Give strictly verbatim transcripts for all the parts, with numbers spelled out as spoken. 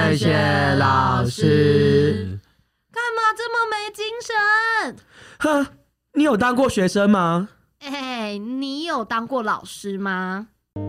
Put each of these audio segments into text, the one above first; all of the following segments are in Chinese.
谢谢老师。 干嘛这么没精神？ 呵，你有当过学生吗？ 哎，你有当过老师吗？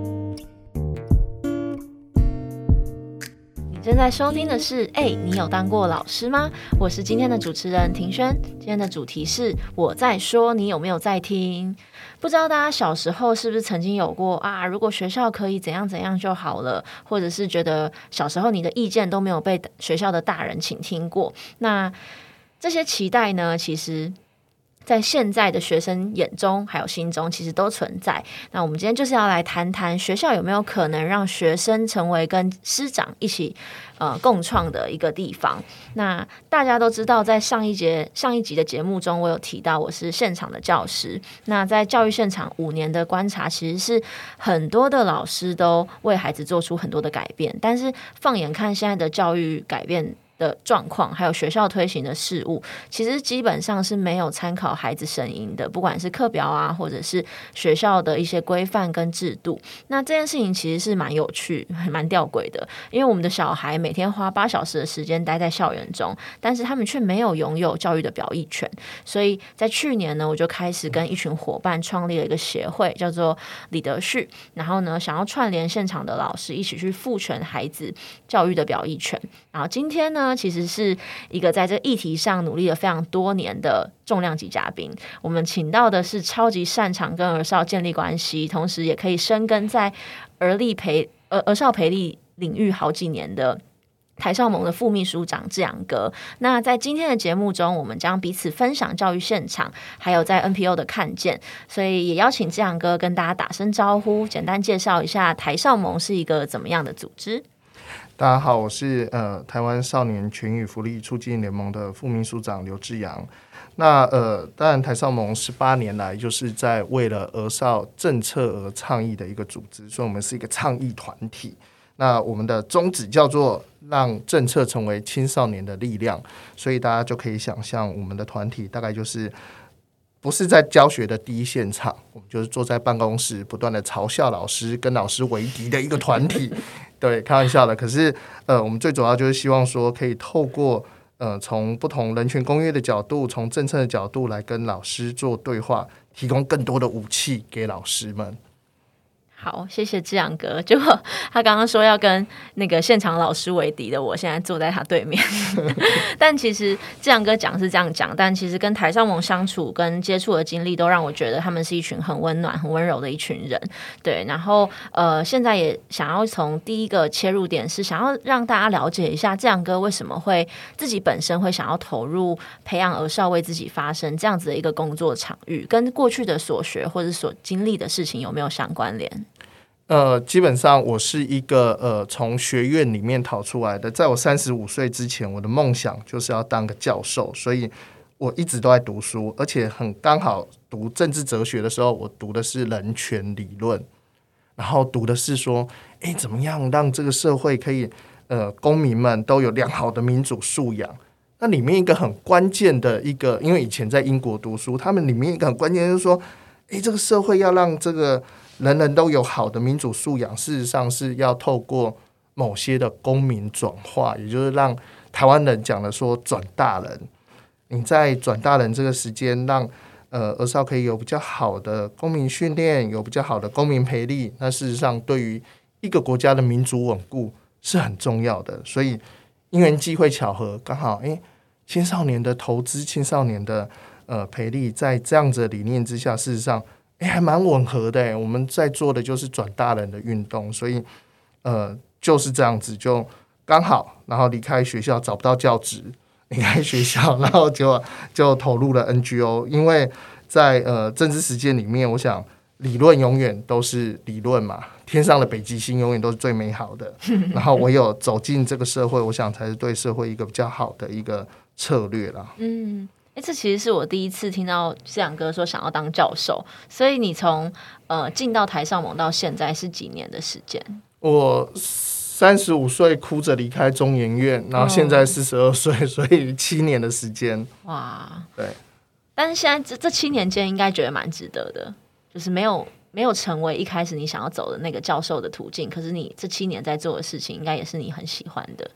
正在收听的是哎、欸，你有当过老师吗？我是今天的主持人庭轩。今天的主题是我在说，你有没有在听？不知道大家小时候是不是曾经有过啊？如果学校可以怎样怎样就好了，或者是觉得小时候你的意见都没有被学校的大人倾听过？那这些期待呢，其实在现在的学生眼中还有心中其实都存在。那我们今天就是要来谈谈学校有没有可能让学生成为跟师长一起呃共创的一个地方。那大家都知道，在上一节上一集的节目中，我有提到我是现场的教师。那在教育现场五年的观察，其实是很多的老师都为孩子做出很多的改变。但是放眼看现在的教育改变的状况，还有学校推行的事物，其实基本上是没有参考孩子声音的，不管是课表啊，或者是学校的一些规范跟制度。那这件事情其实是蛮有趣蛮吊诡的，因为我们的小孩每天花八小时的时间待在校园中，但是他们却没有拥有教育的表意权。所以在去年呢，我就开始跟一群伙伴创立了一个协会，叫做李德旭，然后呢想要串联现场的老师一起去赋权孩子教育的表意权。然后今天呢，其实是一个在这个议题上努力了非常多年的重量级嘉宾。我们请到的是超级擅长跟儿少建立关系，同时也可以深耕在儿力培儿儿少培力领域好几年的台少盟的副秘书长志扬哥。那在今天的节目中，我们将彼此分享教育现场，还有在 N P O 的看见，所以也邀请志扬哥跟大家打声招呼，简单介绍一下台少盟是一个怎么样的组织。 大家好，我是呃台湾少年权益福利促进联盟的副秘书长刘志扬。那呃，当然台少盟十八年来就是在为了儿少政策而倡议的一个组织，所以我们是一个倡议团体。那我们的宗旨叫做让政策成为青少年的力量，所以大家就可以想象我们的团体大概就是不是在教学的第一现场，我们就是坐在办公室不断的嘲笑老师，跟老师为敌的一个团体。对，开玩笑的。可是，呃，我们最主要就是希望说，可以透过呃，从不同人权公约的角度，从政策的角度来跟老师做对话，提供更多的武器给老师们。 好，谢谢志扬哥。结果他刚刚说要跟那个现场老师为敌的，我现在坐在他对面。但其实志扬哥讲是这样讲，但其实跟台少盟相处跟接触的经历，都让我觉得他们是一群很温暖、很温柔的一群人。对，然后呃，现在也想要从第一个切入点是想要让大家了解一下志扬哥为什么会自己本身会想要投入培养儿少为自己发声这样子的一个工作场域，跟过去的所学或者所经历的事情有没有相关联？ 呃，基本上我是一个呃从学院里面逃出来的，在我三十五岁之前，我的梦想就是要当个教授，所以我一直都在读书，而且很刚好读政治哲学的时候，我读的是人权理论，然后读的是说，哎，怎么样让这个社会可以呃公民们都有良好的民主素养。那里面一个很关键的一个，因为以前在英国读书，他们里面一个很关键就是说，哎，这个社会要让这个人人都有好的民主素养，事实上是要透过某些的公民转化，也就是让台湾人讲的说转大人。你在转大人这个时间，让呃儿少可以有比较好的公民训练，有比较好的公民培力，那事实上对于一个国家的民主稳固是很重要的。所以因缘际会巧合，刚好哎，青少年的投资，青少年的呃培力，在这样子的理念之下，事实上哎，还蛮吻合的。我们在做的就是转大人的运动，所以呃就是这样子，就刚好，然后离开学校找不到教职，离开学校，然后就就投入了 N G O。因为在呃政治实践里面，我想理论永远都是理论嘛，天上的北极星永远都是最美好的。然后唯有走进这个社会，我想才是对社会一个比较好的一个策略啦。 嗯。欸、这其实是我第一次听到志扬哥说想要当教授，所以你从呃进到台少盟到现在是几年的时间？ 我三十五岁哭着离开中研院，然后现在四十二岁，所以七年的时间。 哇， 对。 但是现在 这, 这七年间应该觉得蛮值得的，就是没有没有成为一开始你想要走的那个教授的途径，可是你这七年在做的事情，应该也是你很喜欢的。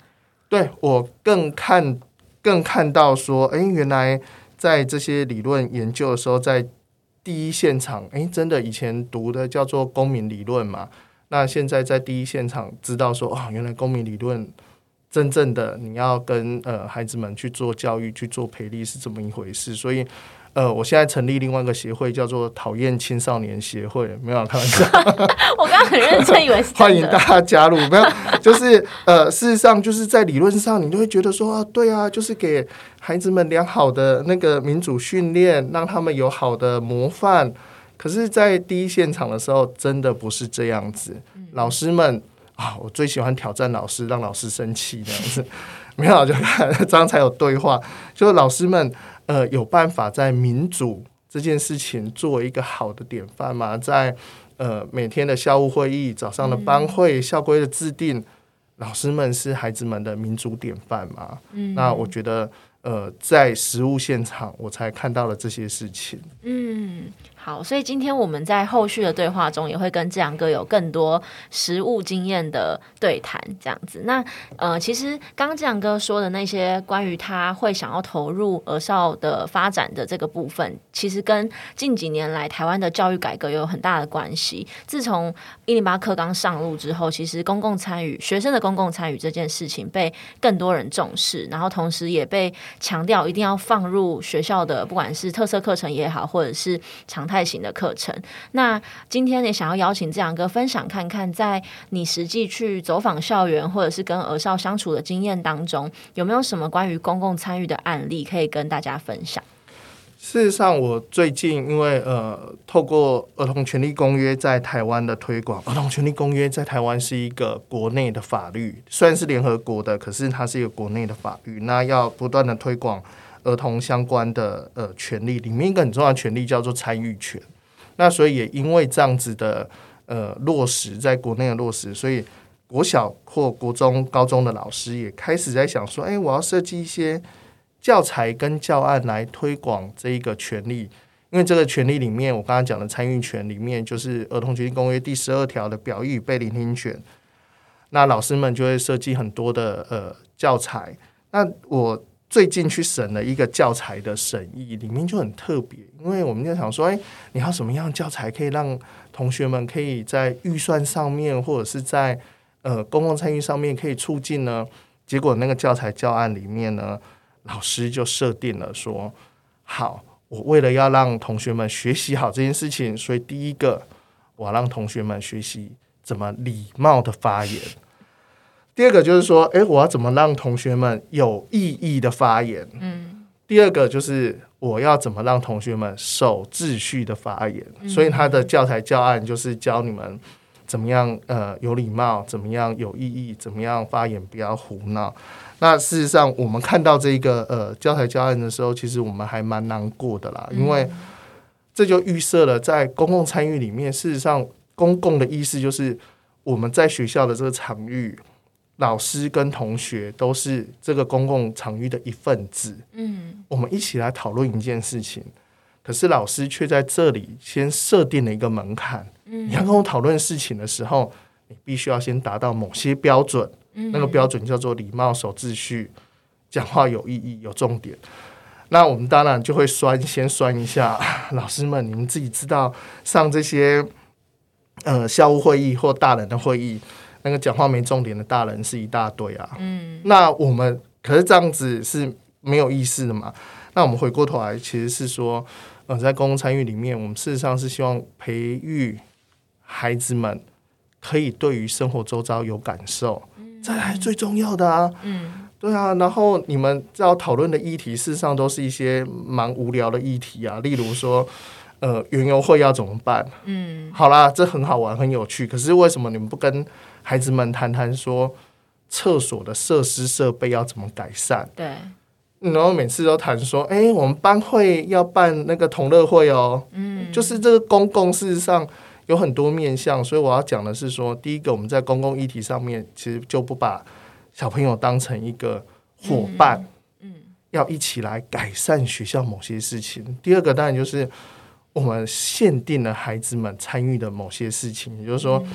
对，我更看更看到说，哎，原来在这些理论研究的时候，在第一现场，哎，真的以前读的叫做公民理论嘛，那现在在第一现场知道说，哦，原来公民理论真正的你要跟呃孩子们去做教育、去做培力是这么一回事，所以。呃，我现在成立另外一个协会，叫做讨厌青少年协会，没有开玩笑。 我刚刚很认真，以为是真的欢迎大家加入。没有，就是呃，事实上就是在理论上，你就会觉得说啊，对啊，就是给孩子们良好的那个民主训练，让他们有好的模范。可是，在第一现场的时候，真的不是这样子。嗯、老师们啊，我最喜欢挑战老师，让老师生气这样子。没有，就看这样才有对话。就是老师们。呃，有办法在民主这件事情做一个好的典范吗？在呃每天的校务会议、早上的班会、校规的制定，老师们是孩子们的民主典范吗？嗯，那我觉得呃，在实务现场我才看到了这些事情。 嗯，好，所以今天我们在后续的对话中也会跟志扬哥有更多实务经验的对谈，这样子。那呃，其实刚刚志扬哥说的那些关于他会想要投入儿少的发展的这个部分，其实跟近几年来台湾的教育改革有很大的关系。自从一零八课纲上路之后，其实公共参与、学生的公共参与这件事情被更多人重视，然后同时也被强调一定要放入学校的不管是特色课程也好，或者是常态型的课程。那今天也想要邀请志扬哥分享看看，在你实际去走访校园或者是跟儿少相处的经验当中，有没有什么关于公共参与的案例可以跟大家分享？ 事实上，我最近因为呃，透过儿童权利公约在台湾的推广，儿童权利公约在台湾是一个国内的法律，虽然是联合国的，可是它是一个国内的法律。那要不断的推广儿童相关的呃权利，里面一个很重要的权利叫做参与权。那所以也因为这样子的呃落实，在国内的落实，所以国小或国中、高中的老师也开始在想说，哎，我要设计一些教材跟教案来推广这一个权利，因为这个权利里面，我刚刚讲的参与权里面，就是儿童权利公约第十二条的表意与被聆听权。那老师们就会设计很多的呃教材。那我最近去审了一个教材的审议，里面就很特别，因为我们就想说，哎，你要什么样的教材可以让同学们可以在预算上面，或者是在呃公共参与上面可以促进呢？结果那个教材教案里面呢，老师就设定了说，好，我为了要让同学们学习好这件事情，所以第一个我要让同学们学习怎么礼貌的发言。第二个就是说，哎，我要怎么让同学们有意义的发言？嗯。第二个就是我要怎么让同学们守秩序的发言。嗯、所以他的教材教案就是教你们怎么样呃有礼貌，怎么样有意义，怎么样发言不要胡闹。那事实上，我们看到这个呃教材教案的时候，其实我们还蛮难过的啦，因为这就预设了在公共参与里面，事实上公共的意思就是我们在学校的这个场域，老师跟同学都是这个公共场域的一份子。嗯，我们一起来讨论一件事情，可是老师却在这里先设定了一个门槛。嗯，你要跟我讨论事情的时候，你必须要先达到某些标准。那个标准叫做礼貌、守秩序、讲话有意义、有重点。那我们当然就会酸，先酸一下、啊、老师们，你们自己知道，上这些呃校务会议或大人的会议，那个讲话没重点的大人是一大堆啊。嗯，那我们可是这样子是没有意思的嘛？那我们回过头来，其实是说，呃，在公共参与里面，我们事实上是希望培育孩子们可以对于生活周遭有感受。这才是最重要的啊！嗯，对啊。然后你们要讨论的议题，事实上都是一些蛮无聊的议题啊。例如说，呃，园游会要怎么办？嗯，好啦，这很好玩，很有趣。可是为什么你们不跟孩子们谈谈说，厕所的设施设备要怎么改善？ 对。 然后每次都谈说，哎，我们班会要办那个同乐会哦。嗯，就是这个公共事实上有很多面向，所以我要讲的是说，第一个，我们在公共议题上面，其实就不把小朋友当成一个伙伴，嗯，嗯要一起来改善学校某些事情。第二个，当然就是我们限定了孩子们参与的某些事情，也就是说，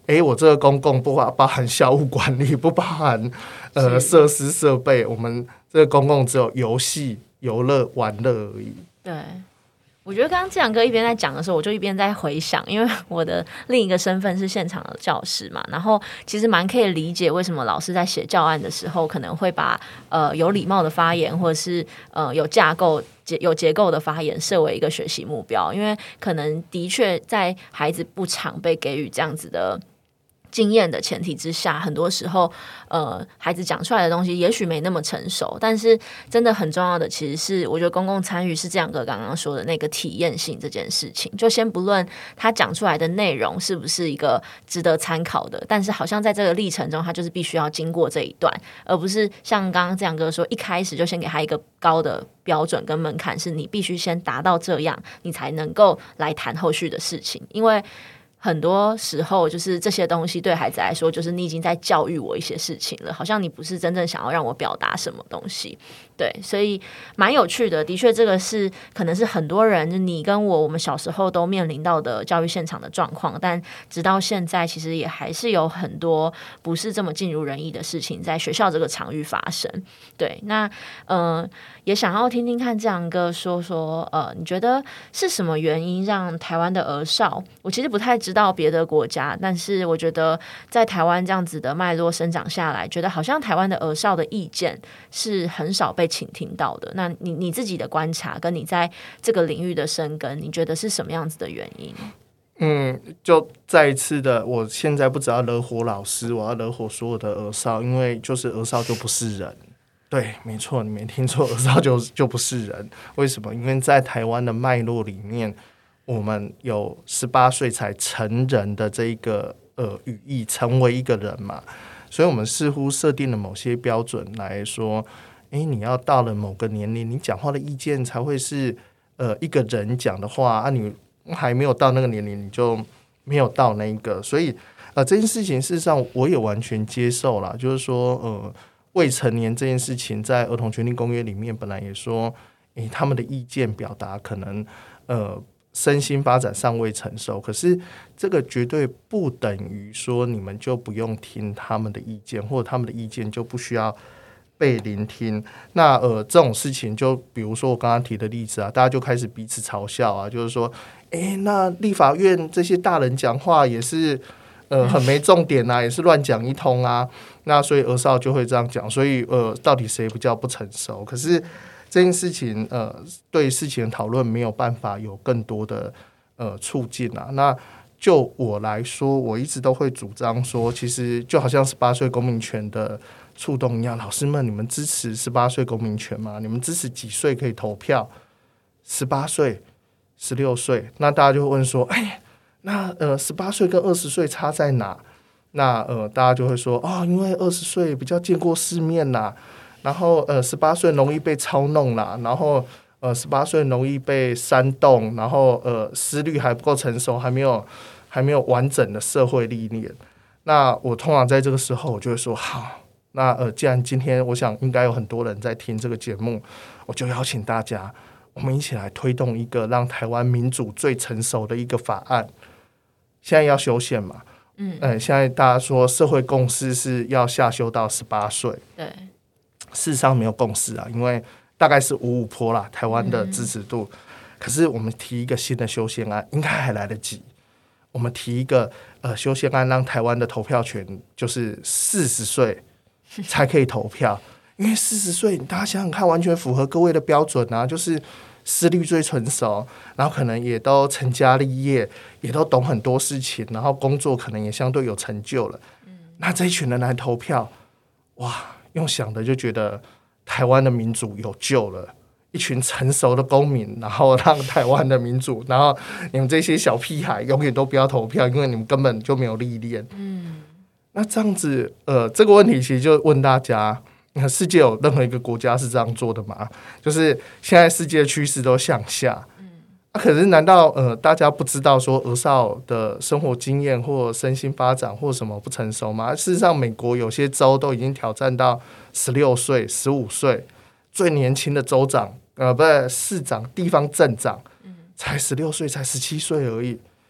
哎，我这个公共不包含校务管理，不包含呃设施设备，我们这个公共只有游戏、游乐、玩乐而已。 对。我觉得刚刚志阳哥一边在讲的时候，我就一边在回想，因为我的另一个身份是现场的教师嘛，然后其实蛮可以理解为什么老师在写教案的时候，可能会把呃有礼貌的发言，或者是呃有架构、有结构的发言设为一个学习目标，因为可能的确在孩子不常被给予这样子的经验的前提之下，很多时候呃，孩子讲出来的东西也许没那么成熟，但是真的很重要的其实是我觉得公共参与是这样个刚刚说的那个体验性这件事情，就先不论他讲出来的内容是不是一个值得参考的，但是好像在这个历程中他就是必须要经过这一段，而不是像刚刚这样哥说一开始就先给他一个高的标准跟门槛，是你必须先达到这样你才能够来谈后续的事情，因为很多时候就是这些东西对孩子来说就是你已经在教育我一些事情了，好像你不是真正想要让我表达什么东西。对，所以蛮有趣的，的确这个是可能是很多人就你跟我我们小时候都面临到的教育现场的状况，但直到现在其实也还是有很多不是这么尽如人意的事情在学校这个场域发生。对，那呃也想要听听看这样哥说说呃你觉得是什么原因让台湾的儿少，我其实不太知道别的国家，但是我觉得在台湾这样子的脉络生长下来，觉得好像台湾的儿少的意见是很少被倾听到的。那你你自己的观察跟你在这个领域的深耕，你觉得是什么样子的原因？ 嗯，就再一次的，我现在不只要惹火老师，我要惹火所有的儿少，因为就是儿少就不是人。对，没错，你没听错，儿少就就不是人。为什么？因为在台湾的脉络里面，我们有十八岁才成人的这一个呃语义，成为一个人嘛，所以我们似乎设定了某些标准来说，诶，你要到了某个年龄，你讲话的意见才会是呃一个人讲的话啊，你还没有到那个年龄，你就没有到那一个，所以呃这件事情事实上我也完全接受啦，就是说呃未成年这件事情在儿童权利公约里面本来也说，诶，他们的意见表达可能呃身心发展尚未成熟，可是这个绝对不等于说你们就不用听他们的意见，或者他们的意见就不需要被聆听。那呃这种事情就比如说我刚刚提的例子啊，大家就开始彼此嘲笑啊，就是说诶，那立法院这些大人讲话也是呃很没重点啊，也是乱讲一通啊，那所以儿少就会这样讲，所以呃到底谁比较不成熟？可是这件事情呃对事情的讨论没有办法有更多的呃促进啊。那就我来说，我一直都会主张说，其实就好像十八岁公民权的触动一样，老师们，你们支持十八岁公民权吗？你们支持几岁可以投票？十八岁、十六岁？那大家就会问说，哎，那呃十八岁跟二十岁差在哪？那呃大家就会说，哦，因为二十岁比较见过世面啦，然后呃十八岁容易被操弄啦，然后呃十八岁容易被煽动，然后呃思虑还不够成熟，还没有还没有完整的社会历练。那我通常在这个时候，我就会说好。那呃，既然今天我想应该有很多人在听这个节目，我就邀请大家，我们一起来推动一个让台湾民主最成熟的一个法案。现在要修宪嘛，嗯，呃，现在大家说社会共识是要下修到十八岁， 对， 事实上没有共识啊，因为大概是五五波啦，台湾的支持度。嗯、可是我们提一个新的修宪案，应该还来得及。我们提一个呃修宪案，让台湾的投票权就是四十岁才可以投票，因为四十岁大家想想看，完全符合各位的标准啊，就是思虑最成熟，然后可能也都成家立业，也都懂很多事情，然后工作可能也相对有成就了。嗯、那这一群人来投票，哇，用想的就觉得台湾的民主有救了。一群成熟的公民，然后让台湾的民主，然后你们这些小屁孩永远都不要投票，因为你们根本就没有历练。嗯，那这样子，呃，这个问题其实就问大家：世界有任何一个国家是这样做的吗？就是现在世界的趋势都向下。嗯，啊、可是难道呃大家不知道说儿少的生活经验或身心发展或什么不成熟吗？事实上，美国有些州都已经挑战到十六岁、十五岁，最年轻的州长。呃，不是市长、地方镇长，才十六岁，才十七岁而已。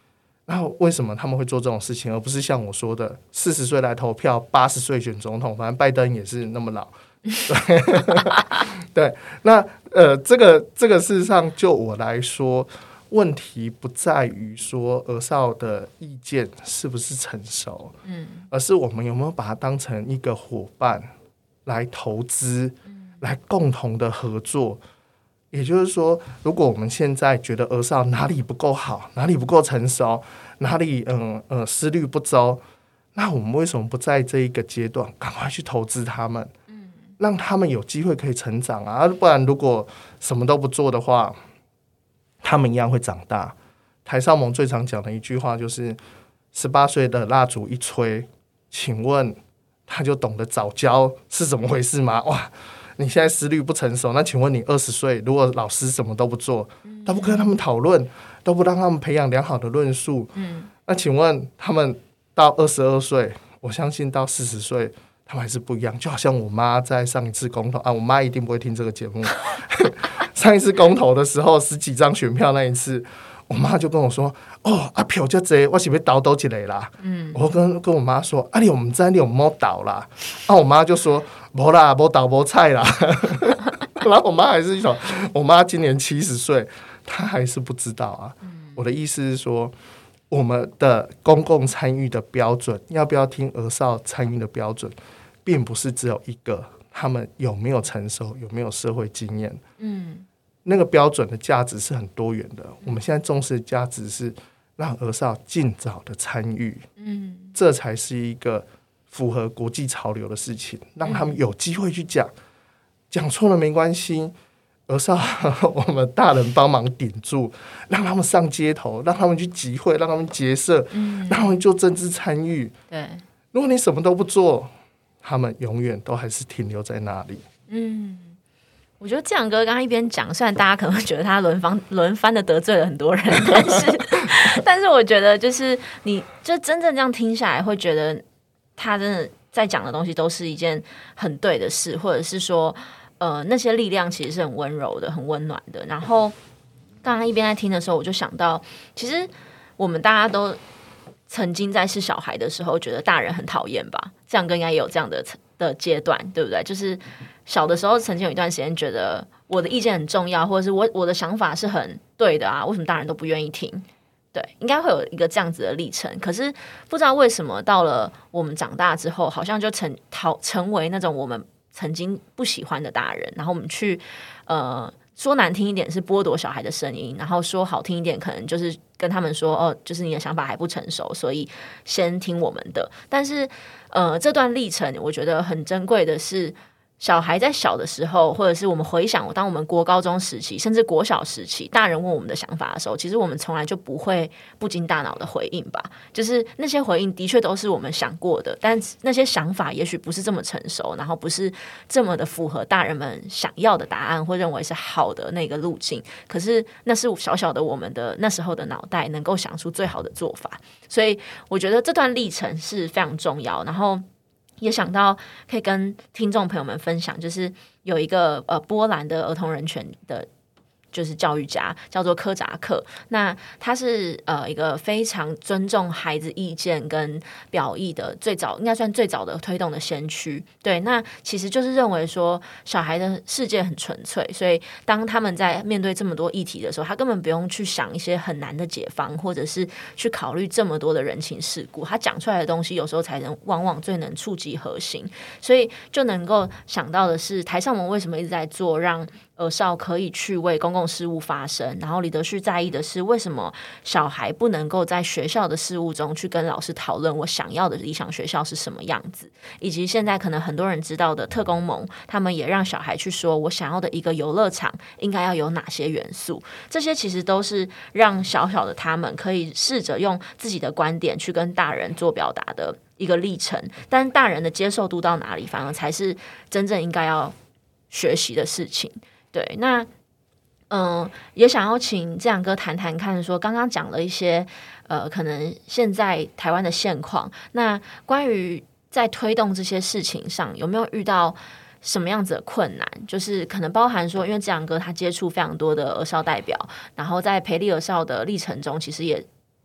然后为什么他们会做这种事情，而不是像我说的四十岁来投票，八十岁选总统，反正拜登也是那么老。对，对，那呃，这个这个事实上，就我来说，问题不在于说儿少的意见是不是成熟，嗯，而是我们有没有把它当成一个伙伴来投资，来共同的合作。也就是说，如果我们现在觉得儿少哪里不够好，哪里不够成熟，哪里嗯呃思虑不周，那我们为什么不在这一个阶段赶快去投资他们，嗯，让他们有机会可以成长啊？不然如果什么都不做的话，他们一样会长大。台少盟最常讲的一句话就是十八岁的蜡烛一吹，请问他就懂得早教是怎么回事吗？哇，你现在思虑不成熟，那请问你二十岁，如果老师什么都不做，都不跟他们讨论，都不让他们培养良好的论述，嗯，那请问他们到二十二岁，我相信到四十岁，他们还是不一样。就好像我妈在上一次公投啊，我妈一定不会听这个节目。上一次公投的时候，十几张选票那一次，我妈就跟我说：“哦，啊票这多，我是要倒倒一个啦。”嗯，我跟跟我妈说：“啊，你我们在你有没有倒啦？”啊，我妈就说：“没啦，没倒没菜啦。”然后我妈还是说：“我妈今年七十岁，她还是不知道啊。嗯”我的意思是说，我们的公共参与的标准，要不要听儿少参与的标准，并不是只有一个，他们有没有成熟，有没有社会经验。嗯。那个标准的价值是很多元的，我们现在重视的价值是让儿少尽早的参与，嗯，这才是一个符合国际潮流的事情，让他们有机会去讲，讲错了没关系，儿少我们大人帮忙顶住，让他们上街头，让他们去集会，让他们结社，嗯，让他们做政治参与。对，如果你什么都不做，他们永远都还是停留在那里。嗯。 我觉得志阳哥刚刚一边讲，虽然大家可能会觉得他轮番轮番的得罪了很多人，但是但是我觉得就是你就真正这样听下来，会觉得他真的在讲的东西都是一件很对的事，或者是说呃那些力量其实是很温柔的、很温暖的。然后刚刚一边在听的时候，我就想到，其实我们大家都曾经在是小孩的时候，觉得大人很讨厌吧？志阳哥应该也有这样的的阶段，对不对？就是小的时候曾经有一段时间觉得我的意见很重要，或者是我我的想法是很对的啊，为什么大人都不愿意听？对，应该会有一个这样子的历程。可是不知道为什么到了我们长大之后，好像就成成为那种我们曾经不喜欢的大人，然后我们去呃说难听一点是剥夺小孩的声音，然后说好听一点可能就是跟他们说哦，就是你的想法还不成熟，所以先听我们的。但是呃这段历程我觉得很珍贵的是，小孩在小的时候，或者是我们回想当我们国高中时期甚至国小时期，大人问我们的想法的时候，其实我们从来就不会不经大脑的回应吧。就是那些回应的确都是我们想过的，但那些想法也许不是这么成熟，然后不是这么的符合大人们想要的答案或认为是好的那个路径，可是那是小小的我们的那时候的脑袋能够想出最好的做法。所以我觉得这段历程是非常重要。然后也想到可以跟听众朋友们分享，就是有一个呃波兰的儿童人权的就是教育家叫做科扎克，那他是呃一个非常尊重孩子意见跟表意的最早应该算最早的推动的先驱。对，那其实就是认为说小孩的世界很纯粹，所以当他们在面对这么多议题的时候，他根本不用去想一些很难的解方，或者是去考虑这么多的人情世故，他讲出来的东西有时候才能往往最能触及核心。所以就能够想到的是，台上我们为什么一直在做让儿少可以去为公共事务发声，然后李德旭在意的是为什么小孩不能够在学校的事务中去跟老师讨论我想要的理想学校是什么样子，以及现在可能很多人知道的特公盟，他们也让小孩去说我想要的一个游乐场应该要有哪些元素。这些其实都是让小小的他们可以试着用自己的观点去跟大人做表达的一个历程，但大人的接受度到哪里，反而才是真正应该要学习的事情。对，那嗯、呃，也想要请志阳哥谈谈看，说刚刚讲了一些呃，可能现在台湾的现况，那关于在推动这些事情上，有没有遇到什么样子的困难？就是可能包含说，因为志阳哥他接触非常多的儿少代表，然后在培力儿少的历程中，其实也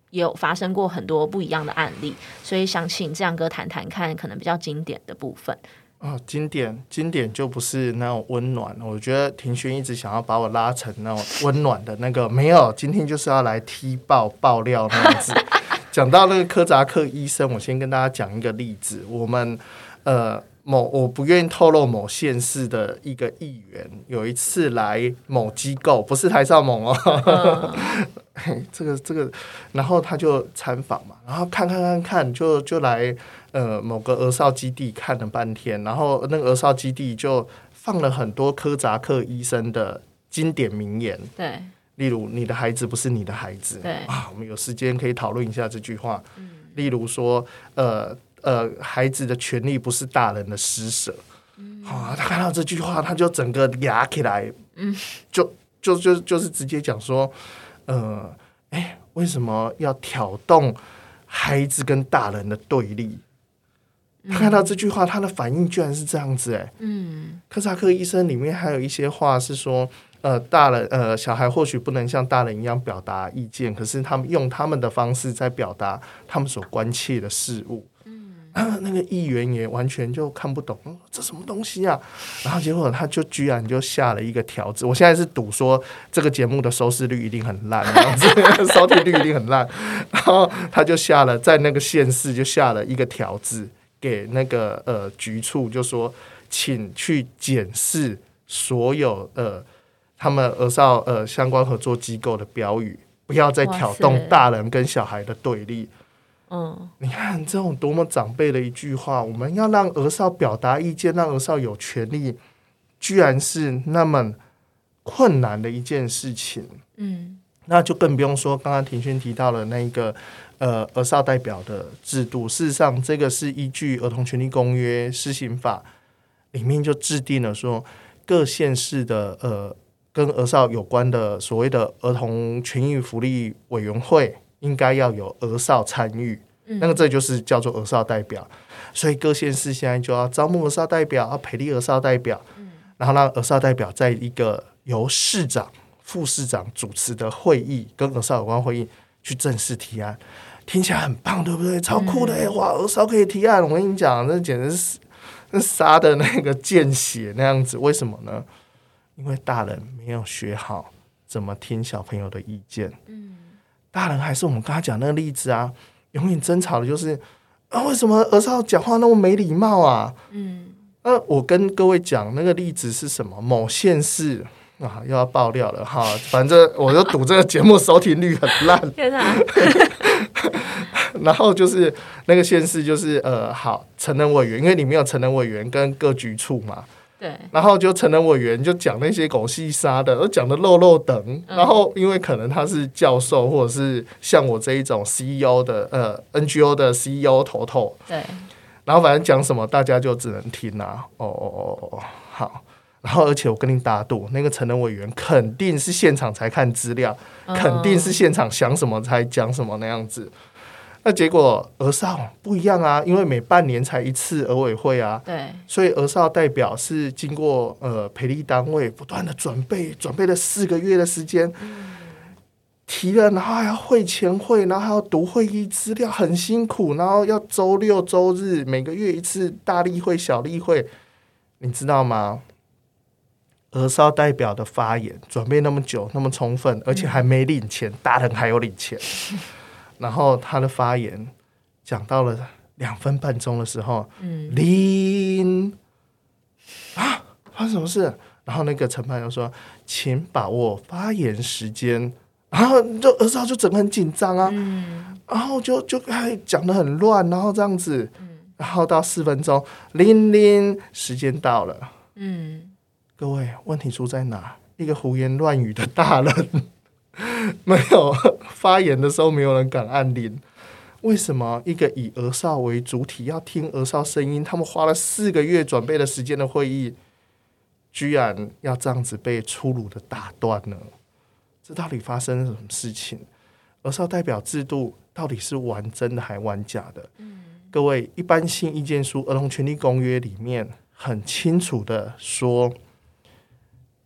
也有发生过很多不一样的案例，所以想请志阳哥谈谈看，可能比较经典的部分。 哦，经典经典就不是那种温暖，我觉得庭轩一直想要把我拉成那种温暖的那个，没有，今天就是要来踢爆爆料那样子。讲到那个科扎克医生，我先跟大家讲一个例子，我们呃。某我不愿意透露某县市的一个议员，有一次来某机构，不是台少猛哦，嗯、这个这个，然后他就参访嘛，然后看看看看，就就来呃某个儿少基地看了半天，然后那个儿少基地就放了很多科扎克医生的经典名言， 对， 例如你的孩子不是你的孩子， 对啊，我们有时间可以讨论一下这句话，嗯、例如说呃。呃，孩子的权利不是大人的施舍。嗯啊、他看到这句话，他就整个压起来，嗯，就就就就是直接讲说，呃，哎，为什么要挑动孩子跟大人的对立？嗯、他看到这句话，他的反应居然是这样子，哎，嗯，科扎克医生里面还有一些话是说，呃，大人呃，小孩或许不能像大人一样表达意见，可是他们用他们的方式在表达他们所关切的事物。啊、那个议员也完全就看不懂，这什么东西啊？然后结果他就居然就下了一个条子，我现在是赌说这个节目的收视率一定很烂，这样子收听率一定很烂。然后他就下了在那个县市就下了一个条子给那个呃局处，就说请去检视所有呃他们儿少呃相关合作机构的标语，不要再挑动大人跟小孩的对立。嗯，你看这种多么长辈的一句话，我们要让儿少表达意见，让儿少有权利，居然是那么困难的一件事情。嗯，那就更不用说刚刚庭轩提到了那个呃儿少代表的制度。事实上，这个是依据《儿童权利公约》施行法里面就制定了说，各县市的呃跟儿少有关的所谓的儿童权益福利委员会。应该要有儿少参与，那个这就是叫做儿少代表，所以各县市现在就要招募儿少代表，要培力儿少代表，然后让儿少代表在一个由市长、副市长主持的会议，跟儿少有关会议去正式提案，听起来很棒，对不对？超酷的、欸，哇！儿少可以提案，我跟你讲，那简直是那杀的那个见血那样子。为什么呢？因为大人没有学好怎么听小朋友的意见。嗯。大人还是我们刚才讲那个例子啊，永远争吵的就是啊，为什么儿少讲话那么没礼貌啊？嗯，呃，我跟各位讲那个例子是什么？某县市啊，又要爆料了哈，反正我就赌这个节目收听率很烂。天哪！然后就是那个县市就是呃，好，成人委员，因为里面有成人委员跟各局处嘛。对，然后就成人委员就讲那些狗屁沙的，都讲的漏漏等、嗯。然后因为可能他是教授，或者是像我这一种 C E O 的呃 N G O 的 C E O 头头，对，然后反正讲什么大家就只能听啊。哦哦哦哦，好。然后而且我跟你打赌，那个成人委员肯定是现场才看资料，嗯、肯定是现场想什么才讲什么那样子。那结果儿少不一样啊，因为每半年才一次儿委会啊，对，所以儿少代表是经过呃培力单位不断的准备，准备了四个月的时间，嗯、提了，然后还要会前会，然后还要读会议资料，很辛苦，然后要周六周日每个月一次大例会、小例会，你知道吗？儿少代表的发言准备那么久、那么充分，而且还没领钱，大人还有领钱。然后他的发言讲到了两分半钟的时候，嗯，零啊，发生什么事？然后那个承办又说，请把握发言时间。然后就儿少就整个很紧张啊，嗯、然后就就还讲得很乱，然后这样子，嗯、然后到四分钟，零零，时间到了，嗯，各位，问题出在哪？一个胡言乱语的大人。没有发言的时候，没有人敢按铃。为什么一个以儿少为主体，要听儿少声音，他们花了四个月准备的时间的会议，居然要这样子被粗鲁的打断呢？这到底发生了什么事情？儿少代表制度到底是玩真的还玩假的？嗯、各位，一般性意见书《儿童权利公约》里面很清楚的说，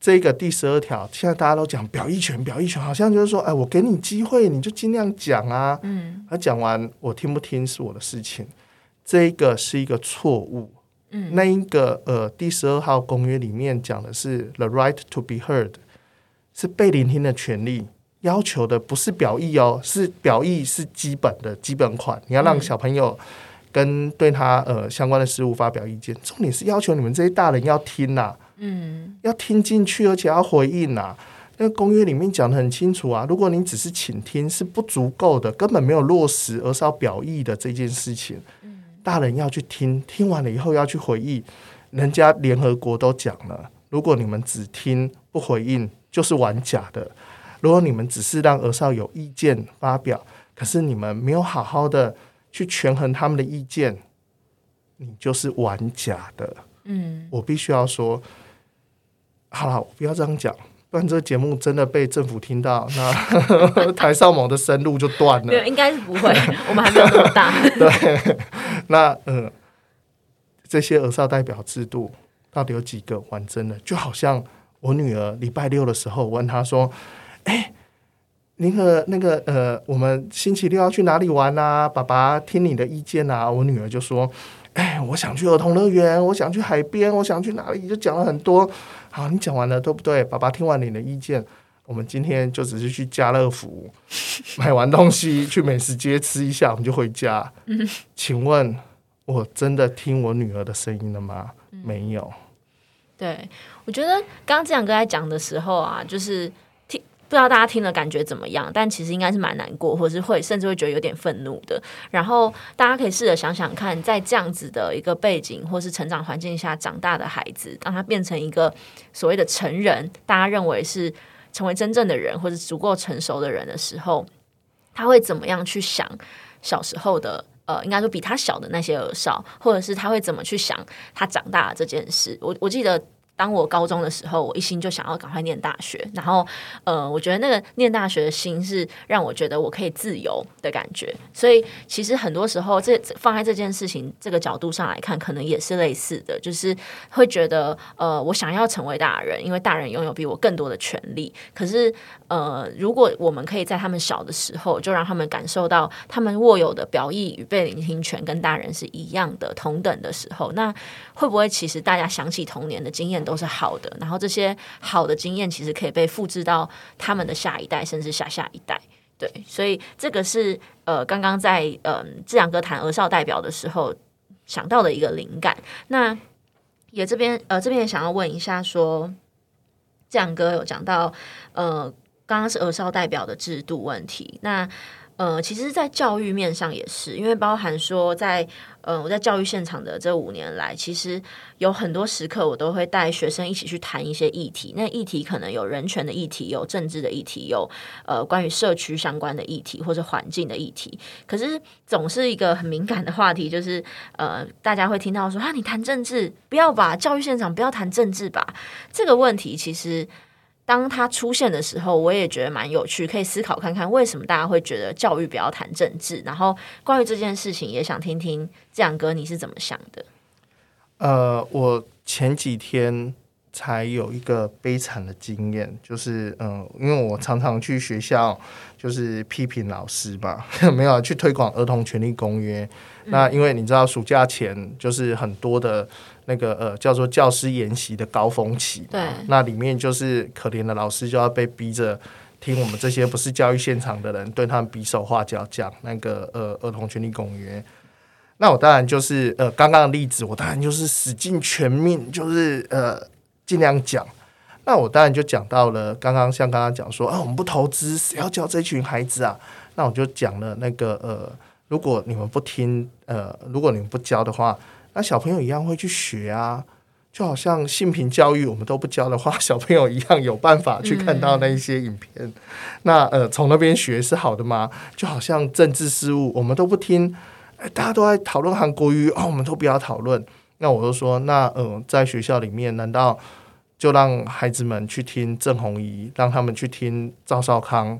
这个第十二条，现在大家都讲表意权，表意权好像就是说，哎，我给你机会，你就尽量讲啊。嗯，而讲完我听不听是我的事情，这个是一个错误。嗯，那一个呃第十二号公约里面讲的是 the right to be heard， 是被聆听的权利，要求的不是表意哦，是表意是基本的基本款，你要让小朋友跟对他呃相关的事物发表意见，重点是要求你们这些大人要听啊。嗯，要听进去，而且要回应啊。那个公约里面讲得很清楚啊，如果你只是倾听是不足够的，根本没有落实，而是要表意的这件事情，嗯、大人要去听，听完了以后要去回应。人家联合国都讲了，如果你们只听不回应，就是玩假的；如果你们只是让儿少有意见发表，可是你们没有好好的去权衡他们的意见，你就是玩假的。嗯，我必须要说。好了，我不要这样讲，不然这个节目真的被政府听到，那台少某的生路就断了。 没有，应该是不会，我们还没有那么大。 对，那呃，这些儿少代表制度到底有几个完整的？就好像我女儿礼拜六的时候，我问她说：“哎，那个那个呃，我们星期六要去哪里玩啊？爸爸听你的意见啊。”我女儿就说：“哎，我想去儿童乐园，我想去海边，我想去哪里？”就讲了很多。好，你讲完了对不对？爸爸听完你的意见，我们今天就只是去家乐福买完东西，去美食街吃一下，我们就回家。嗯、请问我真的听我女儿的声音了吗？嗯、没有。 对，我觉得刚刚这两个在讲的时候啊，就是听不知道大家听了感觉怎么样，但其实应该是蛮难过，或是会甚至会觉得有点愤怒的。然后大家可以试着想想看，在这样子的一个背景或是成长环境下长大的孩子，当他变成一个所谓的成人，大家认为是成为真正的人或者足够成熟的人的时候，他会怎么样去想小时候的呃，应该说比他小的那些儿少，或者是他会怎么去想他长大的这件事。我我记得当我高中的时候，我一心就想要赶快念大学，然后呃，我觉得那个念大学的心是让我觉得我可以自由的感觉，所以其实很多时候这放在这件事情这个角度上来看，可能也是类似的，就是会觉得呃，我想要成为大人，因为大人拥有比我更多的权利，可是呃，如果我们可以在他们小的时候就让他们感受到他们握有的表意与被聆听权跟大人是一样的同等的时候，那会不会其实大家想起童年的经验都是好的，然后这些好的经验其实可以被复制到他们的下一代甚至下下一代。对，所以这个是呃刚刚在呃志阳哥谈儿少代表的时候想到的一个灵感。那也这边呃这边也想要问一下说，志阳哥有讲到呃刚刚是儿少代表的制度问题，那呃，其实在教育面上也是，因为包含说在呃我在教育现场的这五年来，其实有很多时刻我都会带学生一起去谈一些议题，那议题可能有人权的议题，有政治的议题，有呃关于社区相关的议题或者环境的议题，可是总是一个很敏感的话题，就是呃大家会听到说啊，你谈政治不要吧，教育现场不要谈政治吧，这个问题其实当它出现的时候，我也觉得蛮有趣，可以思考看看为什么大家会觉得教育不要谈政治。然后关于这件事情，也想听听志阳哥你是怎么想的。 呃，我前几天才有一个悲惨的经验，就是嗯、呃，因为我常常去学校，就是批评老师嘛，没有去推广儿童权利公约。嗯、那因为你知道，暑假前就是很多的。那个呃叫做教师研习的高峰期，对，那里面就是可怜的老师就要被逼着听我们这些不是教育现场的人对他们比手画脚讲那个呃儿童权利公约。那我当然就是呃刚刚的例子，我当然就是使尽全命，就是呃尽量讲。那我当然就讲到了刚刚像刚刚讲说啊，我们不投资，谁要教这群孩子啊？那我就讲了那个呃，如果你们不听呃，如果你们不教的话。那小朋友一样会去学啊，就好像性平教育我们都不教的话，小朋友一样有办法去看到那一些影片。嗯、那呃，从那边学是好的吗？就好像政治事务我们都不听，大家都在讨论韩国瑜哦，我们都不要讨论。那我就说，那呃，在学校里面，难道就让孩子们去听郑弘仪，让他们去听赵少康？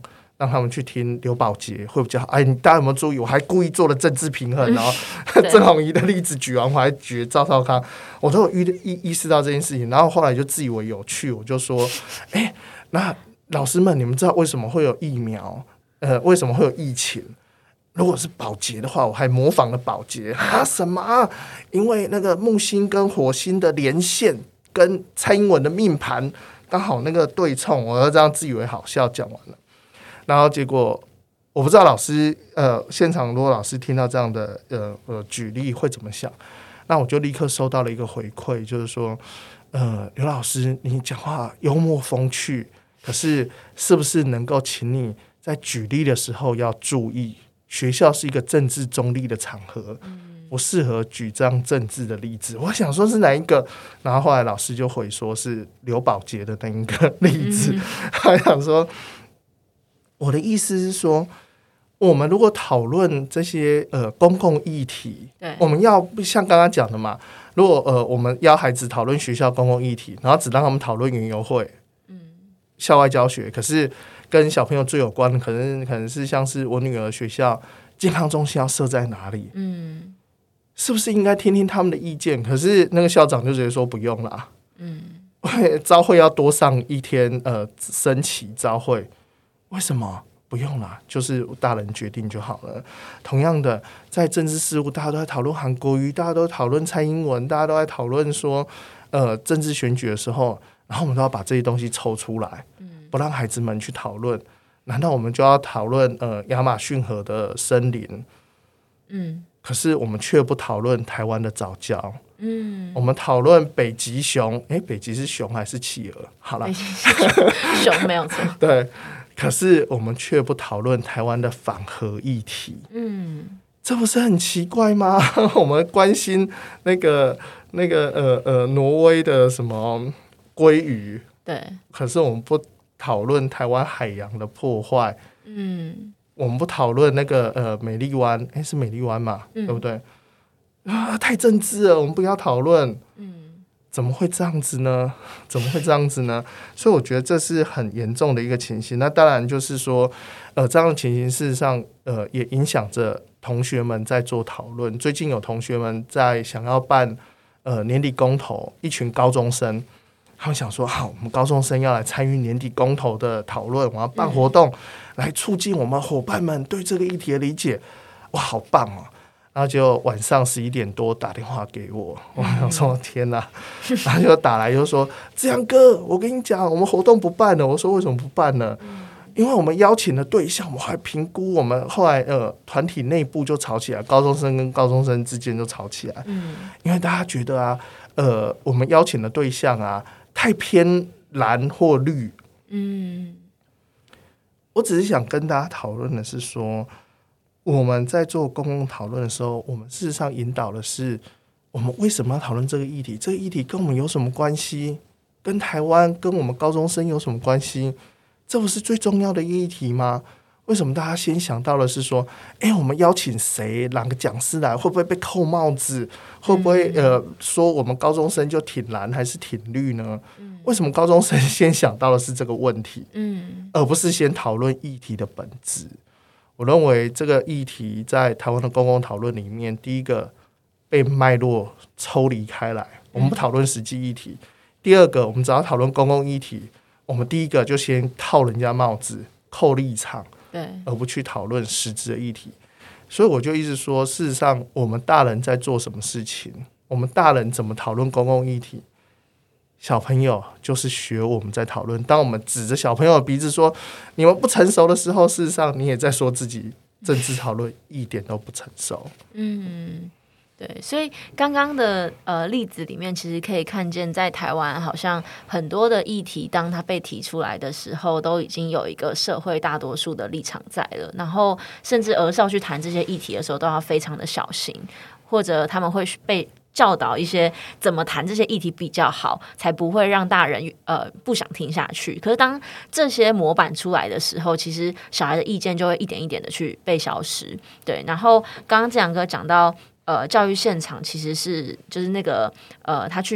让他们去听刘宝杰会比较好。哎，你大家有没有注意？我还故意做了政治平衡，然后郑弘仪的例子举完，我还举赵少康，我都有意意识到这件事情。然后后来就自以为有趣，我就说：哎，那老师们，你们知道为什么会有疫苗？呃，为什么会有疫情？如果是宝洁的话，我还模仿了宝洁啊什么啊？因为那个木星跟火星的连线跟蔡英文的命盘刚好那个对冲，我要这样自以为好笑讲完了。然后结果我不知道老师呃现场如果老师听到这样的呃呃举例会怎么想？那我就立刻收到了一个回馈，就是说呃刘老师你讲话幽默风趣，可是是不是能够请你在举例的时候要注意，学校是一个政治中立的场合，不适合举这样政治的例子。我想说是哪一个，然后后来老师就回说是刘宝杰的那一个例子。他想说我的意思是说，我们如果讨论这些呃公共议题，我们要像刚刚讲的嘛，如果呃我们要孩子讨论学校公共议题，然后只让他们讨论园游会、嗯、校外教学，可是跟小朋友最有关的可能可能是像是我女儿学校健康中心要设在哪里，嗯，是不是应该听听他们的意见？可是那个校长就直接说不用啦，嗯，朝会要多上一天呃升旗朝会。为什么不用啦？就是大人决定就好了。同样的，在政治事务，大家都在讨论韩国瑜，大家都讨论蔡英文，大家都在讨论说，呃，政治选举的时候，然后我们都要把这些东西抽出来，不让孩子们去讨论。难道我们就要讨论呃亚马逊河的森林？嗯，可是我们却不讨论台湾的藻礁。嗯，我们讨论北极熊，哎，北极是熊还是企鹅？好了， 熊没有错。 对。可是我们却不讨论台湾的反核议题，嗯，这不是很奇怪吗？我们关心那个那个呃呃挪威的什么鲑鱼，对，可是我们不讨论台湾海洋的破坏，嗯，我们不讨论那个呃美丽湾，哎，是美丽湾嘛，嗯、对不对？啊，太政治了，我们不要讨论，嗯。怎么会这样子呢？怎么会这样子呢？所以我觉得这是很严重的一个情形。那当然就是说，呃，这样的情形事实上，呃，也影响着同学们在做讨论。最近有同学们在想要办呃年底公投，一群高中生，他们想说，好，我们高中生要来参与年底公投的讨论，我要办活动、嗯、来促进我们伙伴们对这个议题的理解。哇，好棒哦！然后就晚上十一点多打电话给我，我想说天哪，然后就打来就说志阳哥，我跟你讲，我们活动不办了。我说为什么不办呢？因为我们邀请的对象，我们还评估，我们后来呃团体内部就吵起来，高中生跟高中生之间就吵起来，嗯，因为大家觉得啊，呃，我们邀请的对象啊太偏蓝或绿，嗯，我只是想跟大家讨论的是说。我们在做公共讨论的时候，我们事实上引导的是我们为什么要讨论这个议题，这个议题跟我们有什么关系，跟台湾跟我们高中生有什么关系，这不是最重要的议题吗？为什么大家先想到的是说，哎，我们邀请谁哪个讲师来，会不会被扣帽子，会不会呃说我们高中生就挺蓝还是挺绿呢？为什么高中生先想到的是这个问题，嗯，而不是先讨论议题的本质？我认为这个议题在台湾的公共讨论里面，第一个被脉络抽离开来，我们不讨论实际议题；第二个，我们只要讨论公共议题，我们第一个就先套人家帽子、扣立场，对，而不去讨论实质的议题。所以我就一直说，事实上，我们大人在做什么事情，我们大人怎么讨论公共议题，小朋友就是学我们在讨论。当我们指着小朋友的鼻子说你们不成熟的时候，事实上你也在说自己政治讨论一点都不成熟。 嗯，对，所以刚刚的呃例子里面，其实可以看见，在台湾好像很多的议题，当它被提出来的时候，都已经有一个社会大多数的立场在了。然后，甚至儿少去谈这些议题的时候，都要非常的小心，或者他们会被教导一些怎么谈这些议题比较好，才不会让大人呃不想听下去。可是当这些模板出来的时候，其实小孩的意见就会一点一点的去被消失。对，然后刚刚这两个讲到呃教育现场其实是就是那个呃他去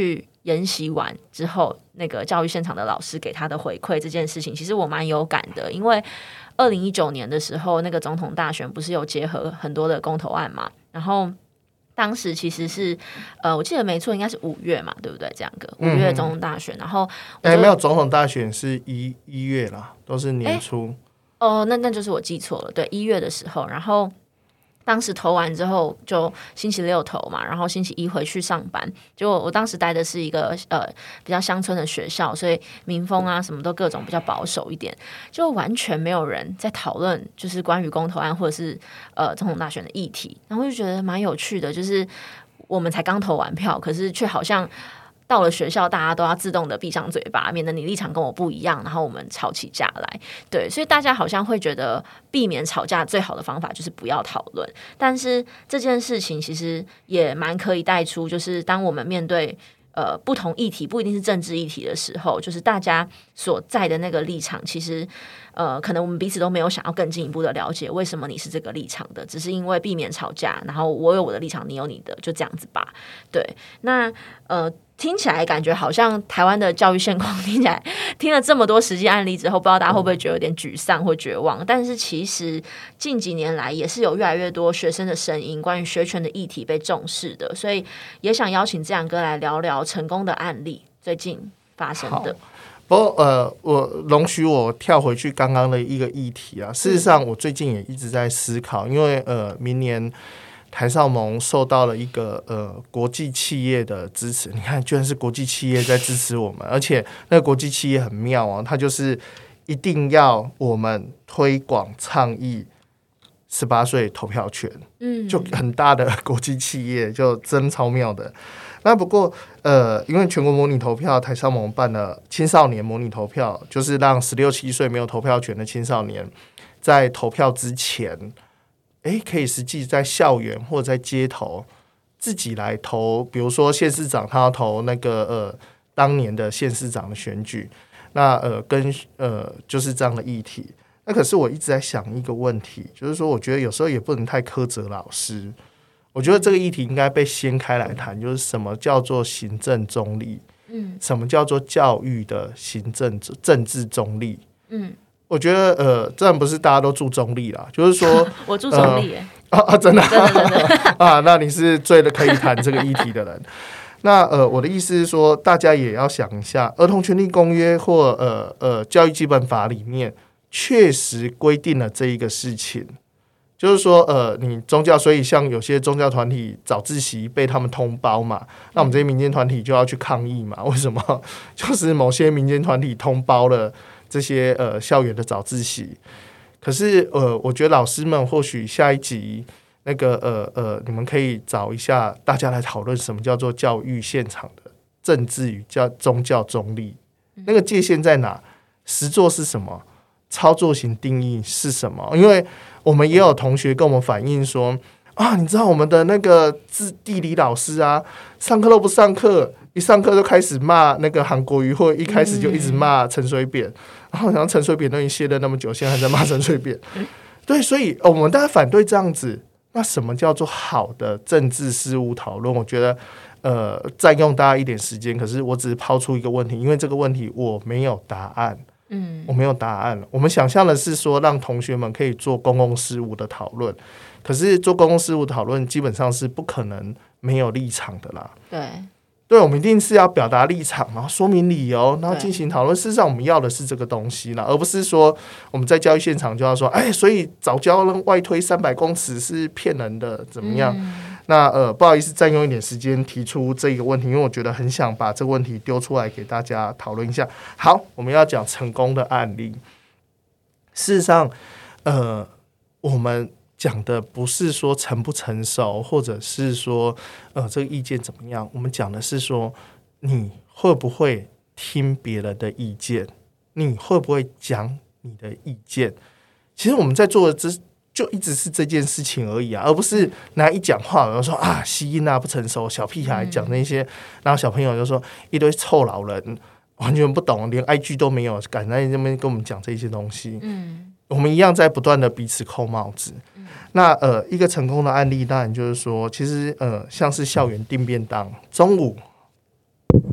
研习完之后，那个教育现场的老师给他的回馈这件事情，其实我蛮有感的，因为二零一九年的时候，那个总统大选不是有结合很多的公投案嘛，然后当时其实是呃，我记得没错，应该是五月嘛，对不对？这样个五月总统大选，然后哎、欸，没有总统大选是一一月啦，都是年初。 欸、哦，那那就是我记错了，对，一月的时候，然后。当时投完之后就星期六投嘛，然后星期一回去上班。结果我当时待的是一个呃比较乡村的学校，所以民风啊什么都各种比较保守一点，就完全没有人在讨论就是关于公投案或者是呃总统大选的议题。然后就觉得蛮有趣的，就是我们才刚投完票，可是却好像。到了学校，大家都要自动的闭上嘴巴，免得你立场跟我不一样，然后我们吵起架来。对，所以大家好像会觉得避免吵架最好的方法就是不要讨论。但是这件事情其实也蛮可以带出，就是当我们面对呃不同议题，不一定是政治议题的时候，就是大家所在的那个立场，其实呃可能我们彼此都没有想要更进一步的了解为什么你是这个立场的，只是因为避免吵架，然后我有我的立场，你有你的，就这样子吧。对，那呃。听起来感觉好像台湾的教育现况，听起来听了这么多实际案例之后，不知道大家会不会觉得有点沮丧或绝望？但是其实近几年来也是有越来越多学生的声音，关于学权的议题被重视的，所以也想邀请志扬哥来聊聊成功的案例，最近发生的。 不过呃，我容许我跳回去刚刚的一个议题啊。事实上，我最近也一直在思考，因为呃，明年。台少盟受到了一个呃国际企业的支持，你看，居然是国际企业在支持我们，而且那个国际企业很妙啊，它就是一定要我们推广倡议十八岁投票权，嗯，就很大的国际企业，就真超妙的。那不过呃，因为全国模拟投票，台少盟办了青少年模拟投票，就是让十六七岁没有投票权的青少年在投票之前。诶，可以实际在校园或者在街头自己来投，比如说县市长他要投那个呃当年的县市长的选举，那呃跟呃就是这样的议题。那可是我一直在想一个问题，就是说我觉得有时候也不能太苛责老师。我觉得这个议题应该被掀开来谈，就是什么叫做行政中立，嗯，什么叫做教育的行政政治中立，嗯。我觉得呃，这样不是大家都住中立啦，就是说我住中立耶、 呃、啊, 啊真的真的真的啊，那你是最可以谈这个议题的人。那呃，我的意思是说，大家也要想一下，《儿童权利公约》或呃呃《教育基本法》里面确实规定了这一个事情，就是说呃，你宗教，所以像有些宗教团体早自习被他们通包嘛，那我们这些民间团体就要去抗议嘛？为什么？就是某些民间团体通包了。这些呃校园的早自习，可是呃，我觉得老师们或许下一集那个呃呃，你们可以找一下大家来讨论什么叫做教育现场的政治与教宗教中立，那个界限在哪？实作是什么？操作型定义是什么？因为我们也有同学跟我们反映说啊，你知道我们的那个地理老师啊，上课都不上课。一上课就开始骂那个韩国瑜，或一开始就一直骂陈水扁，然后然后陈水扁都已经歇了那么久，现在还在骂陈水扁。对，所以我们当然反对这样子。那什么叫做好的政治事务讨论？我觉得呃占用大家一点时间，可是我只是抛出一个问题，因为这个问题我没有答案。嗯，我没有答案。我们想象的是说，让同学们可以做公共事务的讨论，可是做公共事务讨论基本上是不可能没有立场的啦。 对。 对，我们一定是要表达立场，然后说明理由，然后进行讨论。事实上，我们要的是这个东西啦，而不是说我们在教育现场就要说，哎，所以早教外推三百公尺是骗人的，怎么样？嗯、那呃，不好意思，占用一点时间提出这个问题，因为我觉得很想把这个问题丢出来给大家讨论一下。好，我们要讲成功的案例。事实上，呃，我们。讲的不是说成不成熟，或者是说呃这个意见怎么样，我们讲的是说你会不会听别人的意见，你会不会讲你的意见。其实我们在做的这就一直是这件事情而已啊，而不是拿一讲话然后说啊吸音啊不成熟，小屁孩讲那些、嗯、然后小朋友就说一堆臭老人完全不懂，连 I G 都没有，敢在那边跟我们讲这些东西。嗯，我们一样在不断的彼此扣帽子。嗯、那呃，一个成功的案例，当然就是说，其实呃，像是校园订便当，中午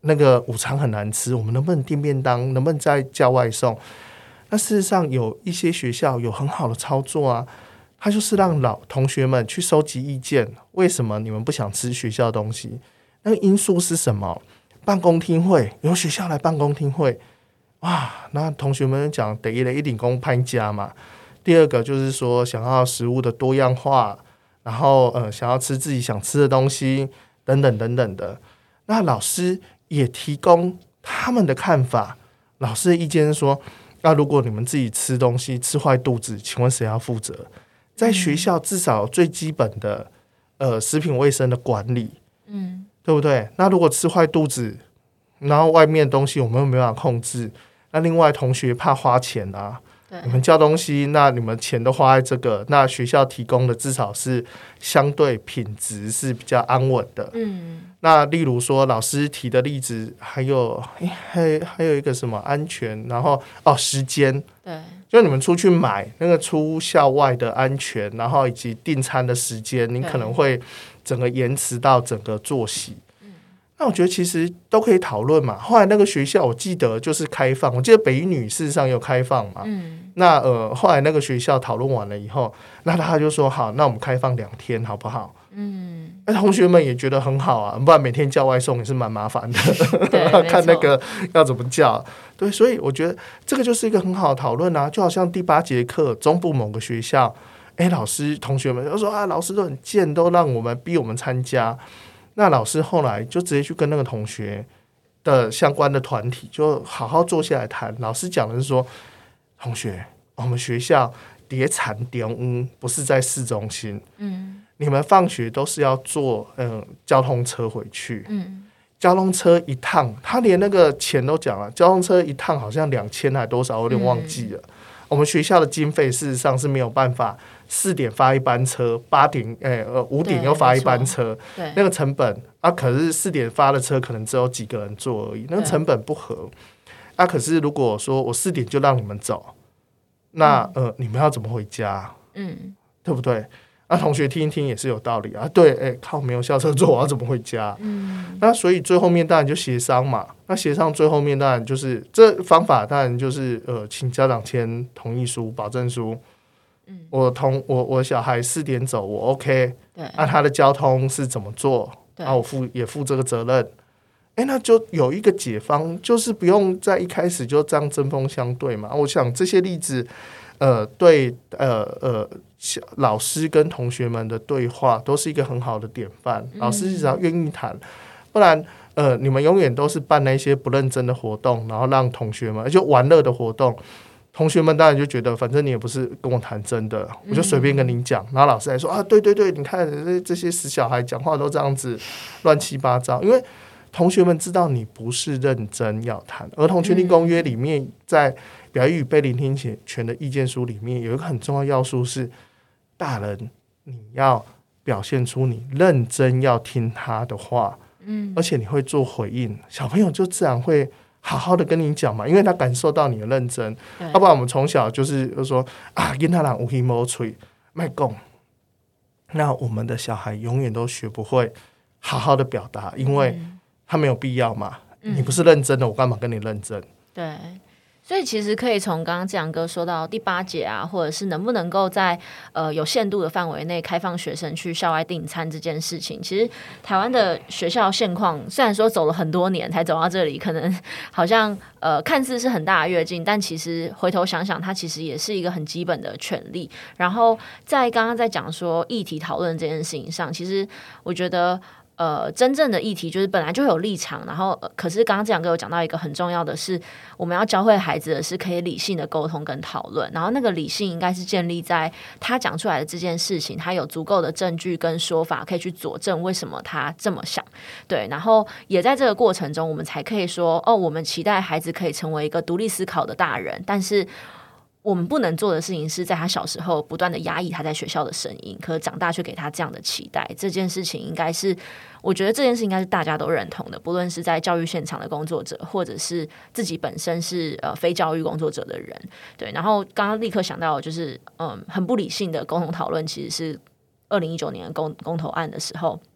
那个午餐很难吃，我们能不能订便当，能不能再叫外送？那事实上有一些学校有很好的操作啊，他就是让老同学们去收集意见，为什么你们不想吃学校的东西？那个因素是什么？办公厅会，有学校来办公厅会，哇，那同学们讲第一个一定讲攀加嘛，第二个就是说想要食物的多样化，然后呃想要吃自己想吃的东西等等等等的。那老师也提供他们的看法，老师的意见是说，那如果你们自己吃东西吃坏肚子，请问谁要负责？在学校至少最基本的呃食品卫生的管理，嗯，对不对？那如果吃坏肚子，然后外面的东西我们又没办法控制，那另外同学怕花钱啊，你们叫东西，那你们钱都花在这个，那学校提供的至少是相对品质是比较安稳的。嗯，那例如说老师提的例子，还有还还有一个什么安全，然后哦时间，对，就你们出去买那个出校外的安全，然后以及订餐的时间，你可能会整个延迟到整个作息。那我觉得其实都可以讨论嘛。后来那个学校我记得就是开放，我记得北一女事实上有开放嘛。嗯，那呃后来那个学校讨论完了以后，那他就说好，那我们开放两天好不好？嗯，那同学们也觉得很好啊，不然每天叫外送也是蛮麻烦的。看那个要怎么叫，对，所以我觉得这个就是一个很好的讨论啊。就好像第八节课中部某个学校，哎，老师同学们就说啊，老师都很贱，都让我们逼我们参加。那老师后来就直接去跟那个同学的相关的团体就好好坐下来谈。老师讲的是说，同学，我们学校叠产点屋不是在市中心，嗯，你们放学都是要坐嗯交通车回去，嗯，交通车一趟，他连那个钱都讲了，交通车一趟好像两千还多少，我有点忘记了。嗯，我们学校的经费事实上是没有办法。四点发一班车，八点诶呃五点又发一班车，那个成本啊，可是四点发的车可能只有几个人坐而已，那个成本不合啊。可是如果说我四点就让你们走，那、嗯、呃你们要怎么回家？嗯，对不对？那、啊、同学听一听也是有道理啊。对，哎靠，没有校车坐，我要怎么回家？嗯，那所以最后面当然就协商嘛。那协商最后面当然就是这方法，当然就是呃，请家长签同意书、保证书。嗯、我同我我小孩四点走，我 OK， 对，那、啊、他的交通是怎么做？那、啊、我负也负这个责任。哎，那就有一个解方，就是不用在一开始就这样针锋相对嘛。我想这些例子，呃，对，呃呃，老师跟同学们的对话都是一个很好的典范。老师只要愿意谈，不然呃，你们永远都是办那些不认真的活动，然后让同学们就玩乐的活动。同学们当然就觉得，反正你也不是跟我谈真的，我就随便跟你讲。然后老师还说啊，对对对，你看这这些死小孩讲话都这样子乱七八糟。因为同学们知道你不是认真要谈。儿童权利公约里面，在表意与被聆听权的意见书里面，有一个很重要要素是，大人你要表现出你认真要听他的话，嗯，而且你会做回应，小朋友就自然会。好好的跟你讲嘛，因为他感受到你的认真，要不然我们从小就是就说啊，囡仔人有耳无嘴，卖讲，那我们的小孩永远都学不会好好的表达，因为他没有必要嘛。嗯、你不是认真的，我干嘛跟你认真？ 对。所以其实可以从刚刚志阳哥说到第八节啊，或者是能不能够在呃有限度的范围内开放学生去校外订餐这件事情，其实台湾的学校现况虽然说走了很多年才走到这里，可能好像呃看似是很大的跃进，但其实回头想想，它其实也是一个很基本的权利。然后在刚刚在讲说议题讨论这件事情上，其实我觉得。呃，真正的议题就是本来就有立场，然后、呃、可是刚刚这两个有讲到一个很重要的是，我们要教会孩子的是可以理性的沟通跟讨论，然后那个理性应该是建立在他讲出来的这件事情，他有足够的证据跟说法可以去佐证为什么他这么想，对，然后也在这个过程中，我们才可以说，哦，我们期待孩子可以成为一个独立思考的大人，但是。我们不能做的事情是在他小时候不断的压抑他在学校的声音，可是长大却给他这样的期待，这件事情应该是我觉得这件事应该是大家都认同的，不论是在教育现场的工作者，或者是自己本身是呃非教育工作者的人，对。然后刚刚立刻想到就是嗯很不理性的沟通讨论，其实是二零一九年公公投案的时候。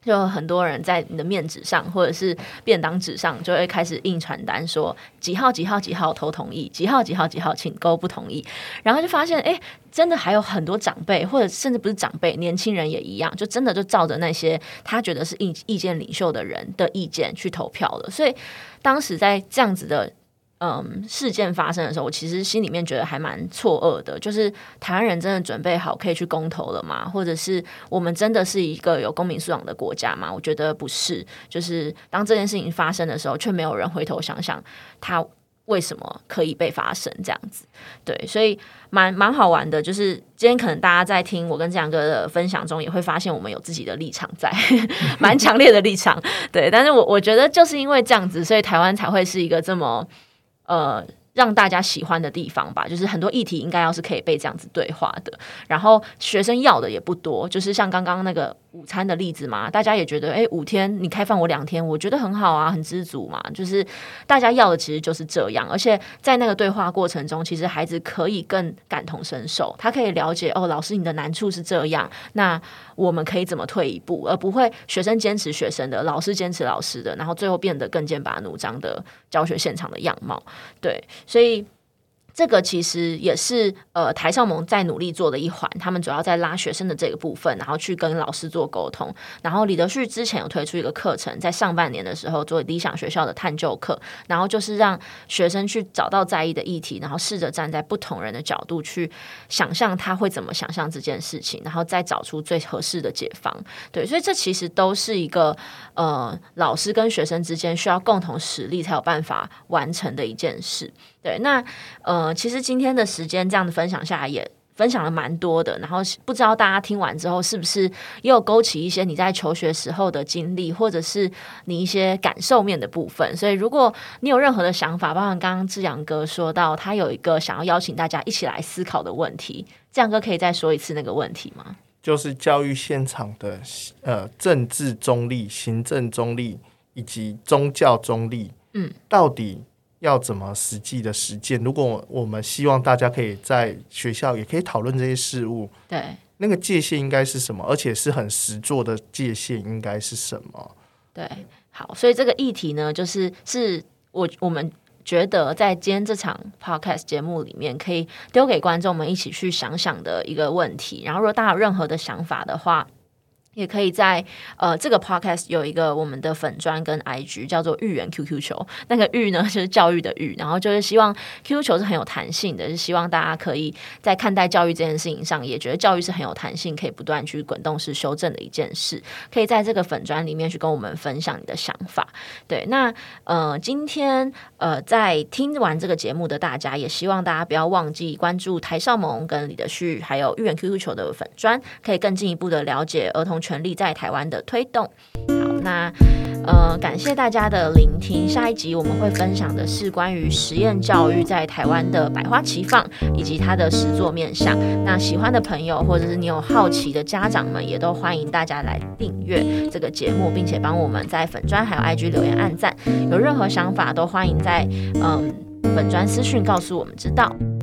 就很多人在你的面纸上或者是便当纸上就会开始印传单说几号几号几号投同意，几号几号几号请勾不同意，然后就发现哎，真的还有很多长辈或者甚至不是长辈，年轻人也一样，就真的就照着那些他觉得是意意见领袖的人的意见去投票了。所以当时在这样子的嗯，事件发生的时候，我其实心里面觉得还蛮错愕的，就是台湾人真的准备好可以去公投了吗？或者是我们真的是一个有公民素养的国家吗？我觉得不是，就是当这件事情发生的时候，却没有人回头想想它为什么可以被发生这样子。对，所以蛮蛮好玩的，就是今天可能大家在听我跟志阳哥的分享中，也会发现我们有自己的立场在，蛮强烈的立场。对，但是我我觉得就是因为这样子，所以台湾才会是一个这么呃，让大家喜欢的地方吧，就是很多议题应该要是可以被这样子对话的，然后学生要的也不多，就是像刚刚那个午餐的例子嘛，大家也觉得哎，五天你开放我两天，我觉得很好啊，很知足嘛，就是大家要的其实就是这样，而且在那个对话过程中，其实孩子可以更感同身受，他可以了解哦，老师你的难处是这样，那我们可以怎么退一步，而不会学生坚持学生的，老师坚持老师的，然后最后变得更剑拔弩张的教学现场的样貌。对，所以这个其实也是呃台少盟在努力做的一环，他们主要在拉学生的这个部分，然后去跟老师做沟通。然后李德旭之前有推出一个课程，在上半年的时候做理想学校的探究课，然后就是让学生去找到在意的议题，然后试着站在不同人的角度去想象他会怎么想象这件事情，然后再找出最合适的解方。对，所以这其实都是一个呃老师跟学生之间需要共同实力才有办法完成的一件事。对，那呃，其实今天的时间这样的分享下来，也分享了蛮多的。然后不知道大家听完之后，是不是也有勾起一些你在求学时候的经历，或者是你一些感受面的部分。所以，如果你有任何的想法，包括刚刚志阳哥说到他有一个想要邀请大家一起来思考的问题，志阳哥可以再说一次那个问题吗？ 就是教育现场的呃政治中立、行政中立以及宗教中立，嗯，到底要怎么实际的实践？如果我们希望大家可以在学校也可以讨论这些事物， 对， 那个界限应该是什么？而且是很实作的界限应该是什么？ 对，好，所以这个议题呢，就是是我我们觉得在今天这场 podcast 节目里面，可以丢给观众们一起去想想的一个问题。然后，如果大家有任何的想法的话，也可以在呃这个 podcast 有一个我们的粉专跟 I G 叫做育园 Q Q 球，那个育呢就是教育的育，然后就是希望 Q Q 球是很有弹性的，是希望大家可以在看待教育这件事情上，也觉得教育是很有弹性，可以不断去滚动式修正的一件事，可以在这个粉专里面去跟我们分享你的想法。对，那呃今天呃在听完这个节目的大家，也希望大家不要忘记关注台少盟跟李德旭还有育园 Q Q 球的粉专，可以更进一步的了解儿童权利在台湾的推动。好，那呃，感谢大家的聆听。下一集我们会分享的是关于实验教育在台湾的百花齐放，以及它的实作面向。那喜欢的朋友，或者是你有好奇的家长们，也都欢迎大家来订阅这个节目，并且帮我们在粉专还有 I G 留言按赞。有任何想法都欢迎在嗯粉专私讯告诉我们知道。